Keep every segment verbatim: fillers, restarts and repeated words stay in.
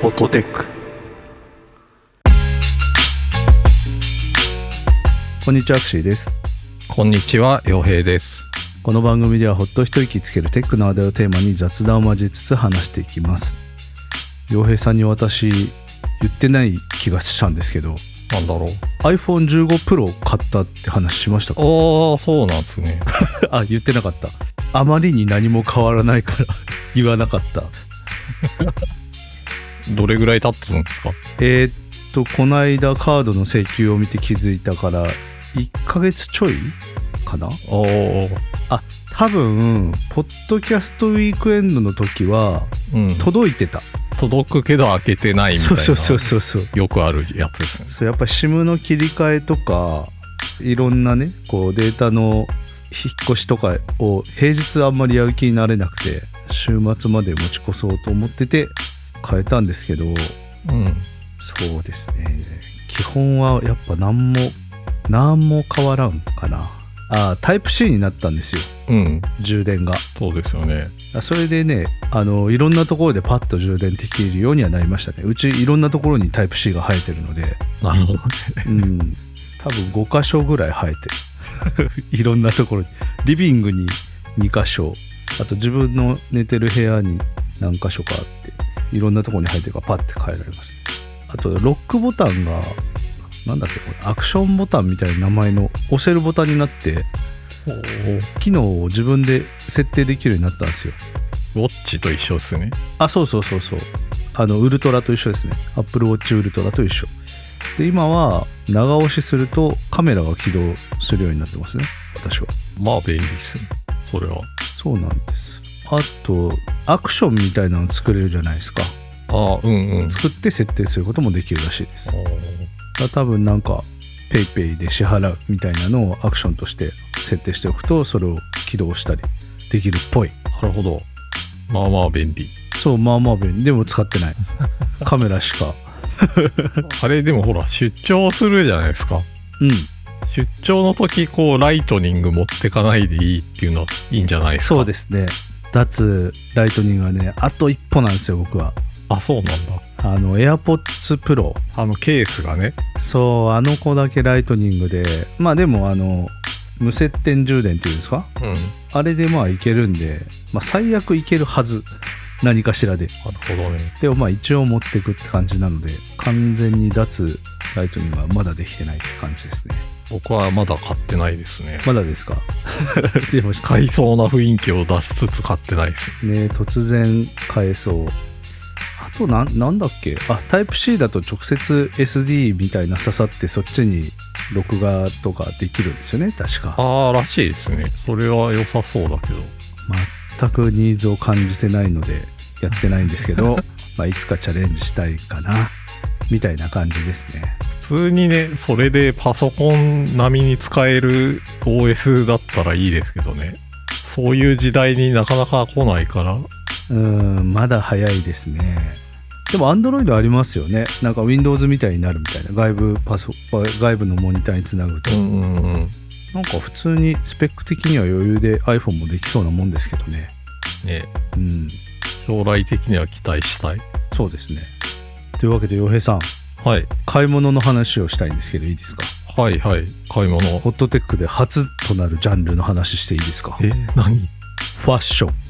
フォトテック。こんにちは、アクシーです。 こんにちは、洋平です。 この番組ではほっと一息つけるテックの話題をテーマに雑談を交えつつ話していきます。洋平さんに私言ってない気がしたんですけど、 なんだろう、 アイフォンじゅうご プロ 買ったって話しましたか？ ああ、そうなんですね。 あ、言ってなかった。あまりに何も変わらないから言わなかった。 どれぐらい経ってるんですか？ えー、っとこの間カードの請求を見て気づいたからいっかげつちょいかな。 おー、 あ、多分ポッドキャストウィークエンドの時は届いてた、 うん、届くけど開けてないみたいな。 そうそうそうそう、 よくあるやつですね。 そう、やっぱ SIM の切り替えとかいろんなねこうデータの引っ越しとかを平日あんまりやる気になれなくて週末まで持ち越そうと思ってて変えたんですけど、うん、そうですね、基本はやっぱ何も何も変わらんかな。あ、タイプ C になったんですよ、うん、充電が。そうですよね。それでね、あのいろんなところでパッと充電できるようにはなりましたね。うちいろんなところにタイプ C が生えてるので。 なるほどね、 うん、多分ごかしょぐらい生えてるいろんなところに、リビングににかしょ、あと自分の寝てる部屋に何か所かあっていろんなところに生えてるからパッて変えられます。あとロックボタンがなんだっけ、これアクションボタンみたいな名前の押せるボタンになって機能を自分で設定できるようになったんですよ。 ウォッチと一緒ですね。 あ、そうそうそうそう、あのウルトラと一緒ですね。アップルウォッチウルトラと一緒で、今は長押しするとカメラが起動するようになってますね、私は。 まあ便利ですね、それは。そうなんです。あとアクションみたいなの作れるじゃないですか。 あ、うんうん、 作って設定することもできるらしいです。多分なんかペイペイで支払うみたいなのをアクションとして設定しておくとそれを起動したりできるっぽい。 なるほど、まあまあ便利。 そう、まあまあ便利。でも使ってないカメラしかあれでもほら出張するじゃないですか。 うん、 出張の時こうライトニング持ってかないでいいっていうのはいいんじゃないですか。 そうですね、脱ライトニングはねあと一歩なんですよ僕は。 あ、そうなんだ。 あの AirPods Pro、 あのケースがね、 そう、あの子だけライトニングで、まあでもあの無接点充電っていうんですか、うん、あれでまあいけるんで、まあ、最悪いけるはず、何かしらで。 なるほどね。 でもまあ一応持ってくって感じなので完全に脱ライトニングはまだできてないって感じですね。 僕はまだ買ってないですね。 まだですかでも買いそうな雰囲気を出しつつ買ってないですね。突然買えそう。あと な, なんだっけ、あ、タイプ C だと直接 エスディー みたいな刺さってそっちに録画とかできるんですよね確か。 ああ、らしいですね。それは良さそうだけど全くニーズを感じてないのでやってないんですけどまあいつかチャレンジしたいかなみたいな感じですね。 普通にね、それでパソコン並みに使える オーエス だったらいいですけどね、そういう時代になかなか来ないから、うーん、まだ早いですね。でも Android ありますよね。なんか Windows みたいになるみたいな、外部パソ外部のモニターにつなぐと、うんうんうん、なんか普通にスペック的には余裕で iPhone もできそうなもんですけどね。 ね、うん、将来的には期待したい。 そうですね。というわけで洋平さん、 はい、 買い物の話をしたいんですけどいいですか？ はいはい、買い物。 ホットテックで初となるジャンルの話していいですか？ えー、何？ ファッション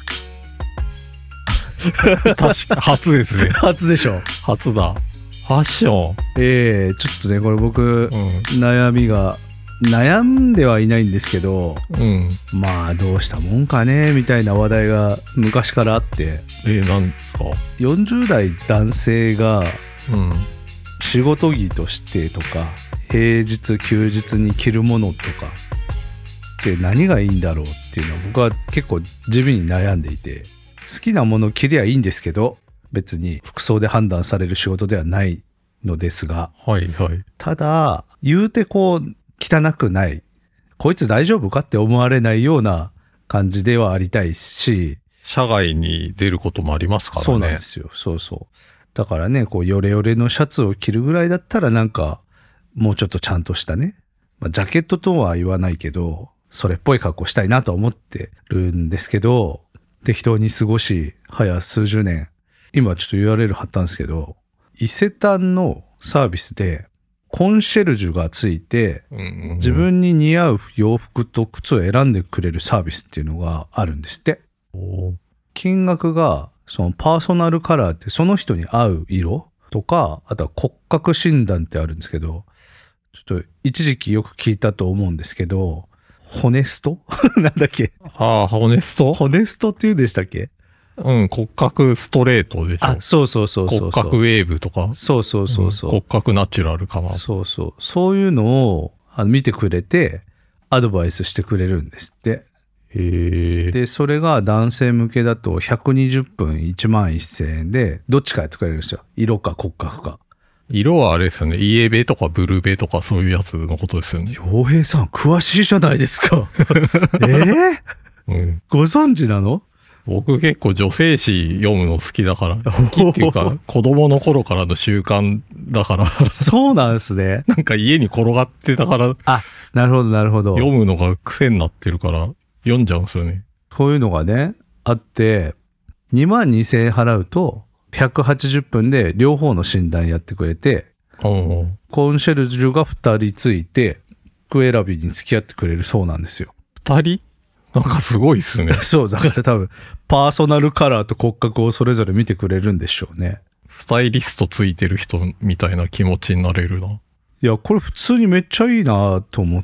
確か初ですね。 初でしょ。 初だ。ファッション。 ええー、ちょっとねこれ僕、うん、悩みが悩んではいないんですけど、うん、まあどうしたもんかねみたいな話題が昔からあって。 えー、なんですか？ よんじゅう代男性が、うん、仕事着としてとか平日休日に着るものとかって何がいいんだろうっていうのは僕は結構地味に悩んでいて、好きなもの着りゃいいんですけど別に服装で判断される仕事ではないのですが、 はいはい、 ただ言うてこう汚くない、こいつ大丈夫かって思われないような感じではありたいし、 社外に出ることもありますからね。 そうなんですよ。そうそう。だからね、こうヨレヨレのシャツを着るぐらいだったらなんかもうちょっとちゃんとしたね、まあ、ジャケットとは言わないけどそれっぽい格好したいなと思ってるんですけど、適当に過ごし早数十年今ちょっと ユーアールエル 貼ったんですけど、伊勢丹のサービスでコンシェルジュがついて、 うんうんうん、 自分に似合う洋服と靴を選んでくれるサービスっていうのがあるんですって。金額がそのパーソナルカラーってその人に合う色とか、あとは骨格診断ってあるんですけど、ちょっと一時期よく聞いたと思うんですけど、ホネストなんだっけ。 ああ、ホネストホネストって言うんでしたっけ。 うん、骨格ストレートでしょ。 あ、そうそうそうそうそう。 骨格ウェーブとか。 そうそうそうそう、 うん、骨格ナチュラルかな。 そうそう。そういうのをあの見てくれて、アドバイスしてくれるんですって。 へえ。 で、それが男性向けだとひゃくにじゅっぷんいちまんせんえんで、どっちかやってくれるんですよ。色か骨格か。 色はあれですよね。イエベとかブルベとかそういうやつのことですよね。 洋平さん、詳しいじゃないですか。えー、 うん、 ご存知なの？ 僕結構女性誌読むの好きだから。好きっていうか、子供の頃からの習慣だから。 そうなんですね。 なんか家に転がってたから。 あ、なるほどなるほど。 読むのが癖になってるから、読んじゃうんですよね。 こういうのがね、あって、にまんにせんえん払うと、ひゃくはちじゅっぷんで両方の診断やってくれて、 コンシェルジュがふたりついて、服選びに付き合ってくれるそうなんですよ。 ふたり？なんかすごいっすね。 そう、だから多分、パーソナルカラーと骨格をそれぞれ見てくれるんでしょうね。 スタイリストついてる人みたいな気持ちになれるな。 いや、これ普通にめっちゃいいなと思って。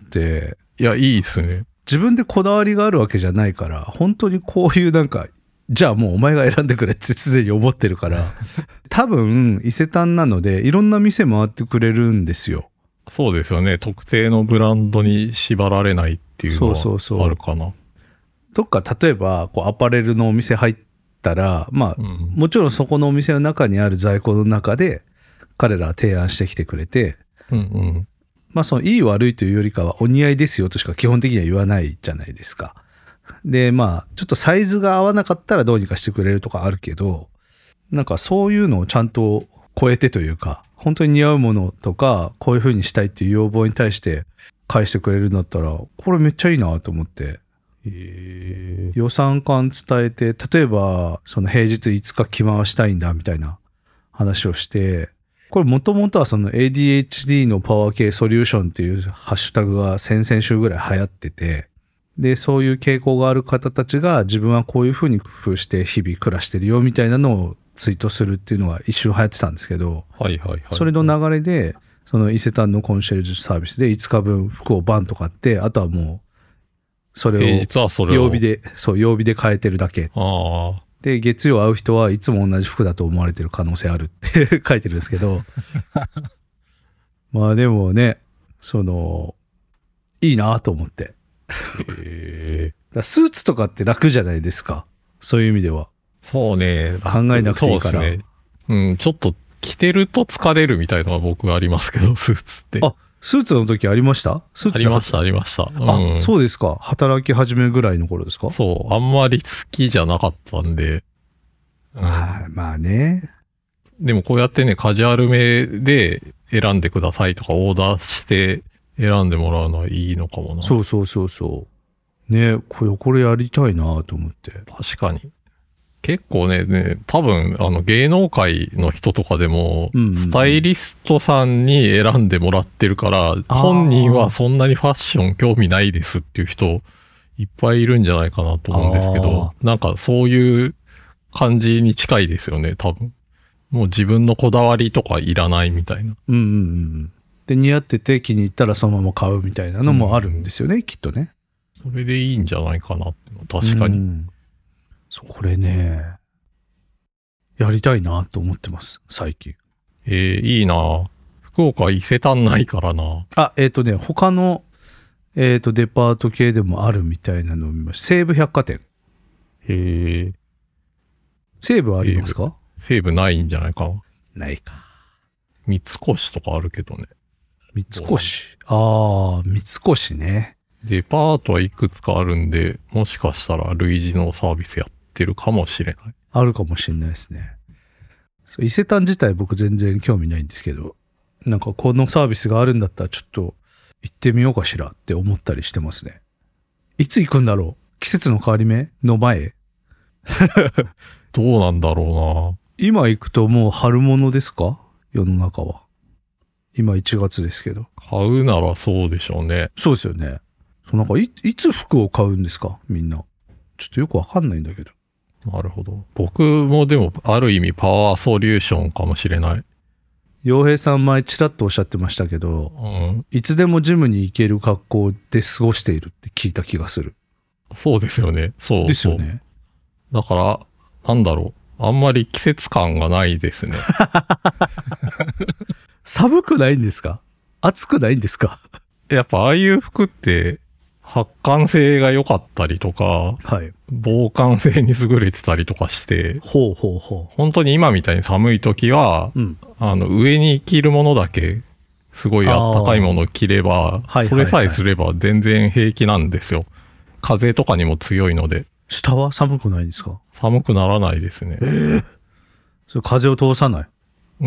いや、いいっすね。 自分でこだわりがあるわけじゃないから、本当にこういうなんか、じゃあもうお前が選んでくれってすでに思ってるから、多分伊勢丹なのでいろんな店回ってくれるんですよ。 そうですよね。特定のブランドに縛られないっていうのはあるかな。そうそうそう。 どっか例えばこうアパレルのお店入ったら、まあ、うん、もちろんそこのお店の中にある在庫の中で彼らは提案してきてくれて、 うんうん、 まあそのいい悪いというよりかはお似合いですよとしか基本的には言わないじゃないですか。で、まあちょっとサイズが合わなかったらどうにかしてくれるとかあるけど、なんかそういうのをちゃんと超えてというか、本当に似合うものとかこういう風にしたいっていう要望に対して返してくれるんだったら、これめっちゃいいなと思って。 へー、 予算感伝えて、例えばその平日いつか着回したいんだみたいな話をして、これもともとはその エーディーエイチディー のパワー系ソリューションっていうハッシュタグが先々週ぐらい流行ってて、でそういう傾向がある方たちが自分はこういう風に工夫して日々暮らしてるよみたいなのをツイートするっていうのが一瞬流行ってたんですけど、 はいはいはい、 それの流れでその伊勢丹のコンシェルジュサービスでいつかぶん服をバンと買って、あとはもうそれを曜日で、そう、曜日で変えてるだけ。 あで、月曜会う人はいつも同じ服だと思われてる可能性あるって書いてるんですけど。まあでもね、その、いいなと思って。 へだスーツとかって楽じゃないですか。そういう意味では。 そうね。 考えなくていいから。 そうですね。うん、ちょっと着てると疲れるみたいなのは僕はありますけど、スーツって。 あ、スーツの時ありました？スーツありました、ありました。 うん、あ、そうですか。働き始めぐらいの頃ですか？ そう、あんまり好きじゃなかったんで。 うん、あまあね。 でもこうやってね、カジュアルめで選んでくださいとかオーダーして選んでもらうのはいいのかもな。 そうそうそうそう。ね、これ、これやりたいなと思って。 確かに。結構ね、ね、多分、あの、芸能界の人とかでも、うんうんうん、スタイリストさんに選んでもらってるから、本人はそんなにファッション興味ないですっていう人、いっぱいいるんじゃないかなと思うんですけど、なんかそういう感じに近いですよね、多分。もう自分のこだわりとかいらないみたいな。 うんうんうん。で、似合ってて気に入ったらそのまま買うみたいなのもあるんですよね、うん、きっとね。 それでいいんじゃないかなって。確かに。うんそう、これね、やりたいなと思ってます、最近。 えー、いいな福岡伊勢丹ないからな。 あ、えっ、ー、とね、他の、えっ、ー、と、デパート系でもあるみたいなのを見ました。西武百貨店。 へえ。 西武ありますか？ 西武ないんじゃないかな。 ないか。 三越とかあるけどね。 三越。ああ、三越ね。 デパートはいくつかあるんで、もしかしたら類似のサービスやってるかもしれない。 あるかもしれないですね。そう伊勢丹自体僕全然興味ないんですけど、なんかこのサービスがあるんだったらちょっと行ってみようかしらって思ったりしてますね。いつ行くんだろう？季節の変わり目の前？ どうなんだろうな。 今行くともう春物ですか？世の中は。今いちがつですけど。 買うならそうでしょうね。 そうですよね。そうなんか い, いつ服を買うんですかみんな。ちょっとよくわかんないんだけど。 なるほど。僕もでもある意味パワーソリューションかもしれない。 洋平さん前ちらっとおっしゃってましたけど、 うん、 いつでもジムに行ける格好で過ごしているって聞いた気がする。 そうですよね。そうそう。 ですよね。 だから、なんだろう。あんまり季節感がないですね。 寒くないんですか？暑くないんですか？ やっぱああいう服って発汗性が良かったりとか、 はい、 防寒性に優れてたりとかして、 ほうほうほう。 本当に今みたいに寒い時は、うん、あの上に着るものだけすごいあったかいものを着れば、それさえすれば全然平気なんですよ。風とかにも強いので。 下は寒くないんですか？ 寒くならないですね。 えー、それ風を通さない？ うん。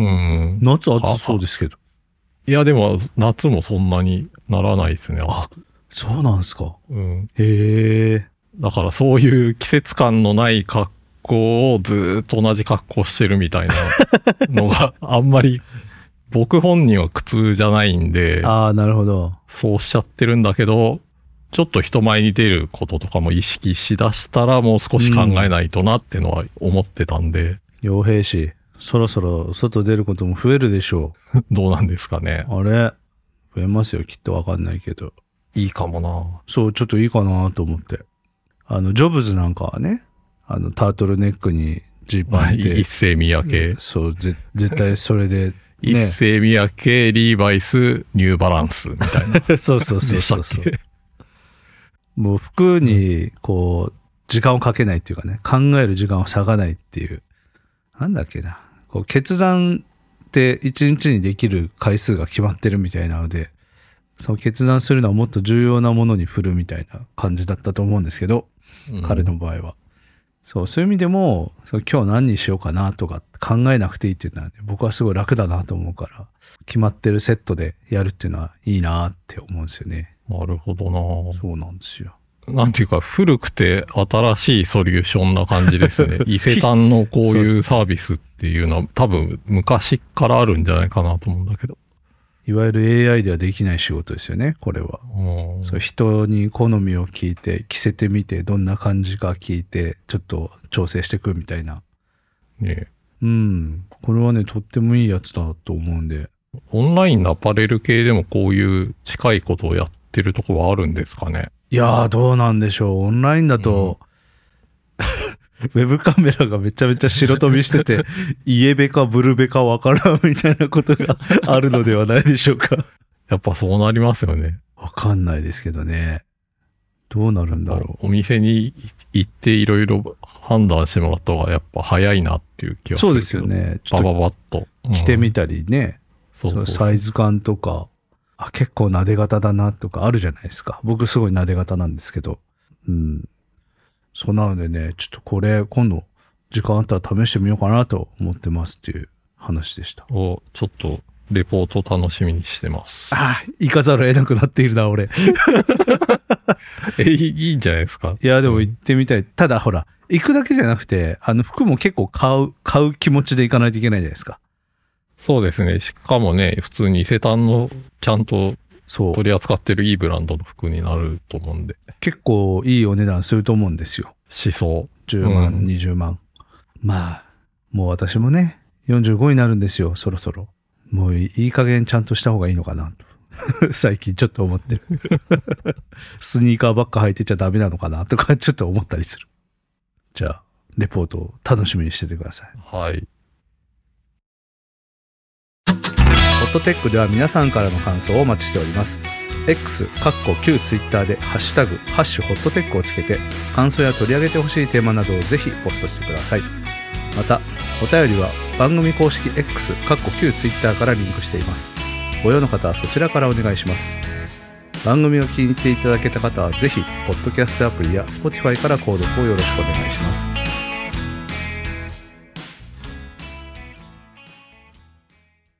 夏暑そうですけど。 いやでも夏もそんなにならないですね。 あ、そうなんですか。 うん。 へえ。 だからそういう季節感のない格好をずっと同じ格好してるみたいなのがあんまり僕本人は苦痛じゃないんで。 ああ、なるほど。 そうしちゃってるんだけど、ちょっと人前に出ることとかも意識しだしたらもう少し考えないとなってのは思ってたんで。 洋平氏、そろそろ外出ることも増えるでしょう。どうなんですかね。 あれ増えますよ、きっとわかんないけど。 いいかもな。 そう、ちょっといいかなと思って。あの、ジョブズなんかはね、あの、タートルネックにジーパンで。 一世三宅。 そう、ぜ絶対それで、ね。 一世三宅、リーバイス、ニューバランスみたいな。 そうそうそうそうそう。もう服に、こう、時間をかけないっていうかね、考える時間を割かないっていう。なんだっけな。こう決断って一日にできる回数が決まってるみたいなので、その決断するのはもっと重要なものに振るみたいな感じだったと思うんですけど、うん、彼の場合は。そう、そういう意味でも、そう今日何にしようかなとか考えなくていいっていうのは、ね、僕はすごい楽だなと思うから、決まってるセットでやるっていうのはいいなって思うんですよね。 なるほどな。 そうなんですよ。 なんていうか、古くて新しいソリューションな感じですね。伊勢丹のこういうサービスっていうのは多分昔からあるんじゃないかなと思うんだけど。 いわゆる エーアイ ではできない仕事ですよね、これは。そう人に好みを聞いて、着せてみて、どんな感じか聞いて、ちょっと調整していくみたいな。 ね、 うん。これはね、とってもいいやつだと思うんで。 オンラインのアパレル系でもこういう近いことをやってるところはあるんですかね。 いやー、どうなんでしょう。オンラインだと、うん、ウェブカメラがめちゃめちゃ白飛びしてて、イエベかブルベかわからんみたいなことがあるのではないでしょうか。 やっぱそうなりますよね。 わかんないですけどね。どうなるんだろう。お店に行っていろいろ判断してもらった方がやっぱ早いなっていう気がする。 そうですよね。 ちょっとバババッと。 着てみたりね。うん、そうそうそうサイズ感とか。あ、結構撫で型だなとかあるじゃないですか。僕すごい撫で型なんですけど。うん。そうなのでね、ちょっとこれ今度時間あったら試してみようかなと思ってますっていう話でした。 お、ちょっとレポート楽しみにしてます。 あ、行かざるを得なくなっているな、俺。 え、いいんじゃないですか。 いや、でも行ってみたい。うん、ただほら、行くだけじゃなくて、あの服も結構買う、買う気持ちで行かないといけないじゃないですか。 そうですね。しかもね、普通に伊勢丹のちゃんと取り扱ってるいいブランドの服になると思うんで。 結構いいお値段すると思うんですよ。 しそう。 じゅうまん、うん、にじゅうまん。まあ、もう私もね、よんじゅうごになるんですよ、そろそろ。もういい加減ちゃんとした方がいいのかなと。最近ちょっと思ってる。スニーカーばっか履いてちゃダメなのかなとかちょっと思ったりする。じゃあ、レポートを楽しみにしててください。 はい。 ホットテックでは皆さんからの感想をお待ちしております。X、かっこ旧 Twitter でハッシュタグ、ハッシュホットテックをつけて、感想や取り上げてほしいテーマなどをぜひポストしてください。また、お便りは番組公式 X、かっこ旧 Twitter からリンクしています。ご用の方はそちらからお願いします。番組を気に入っていただけた方はぜひ、ポッドキャストアプリや Spotify から購読をよろしくお願いします。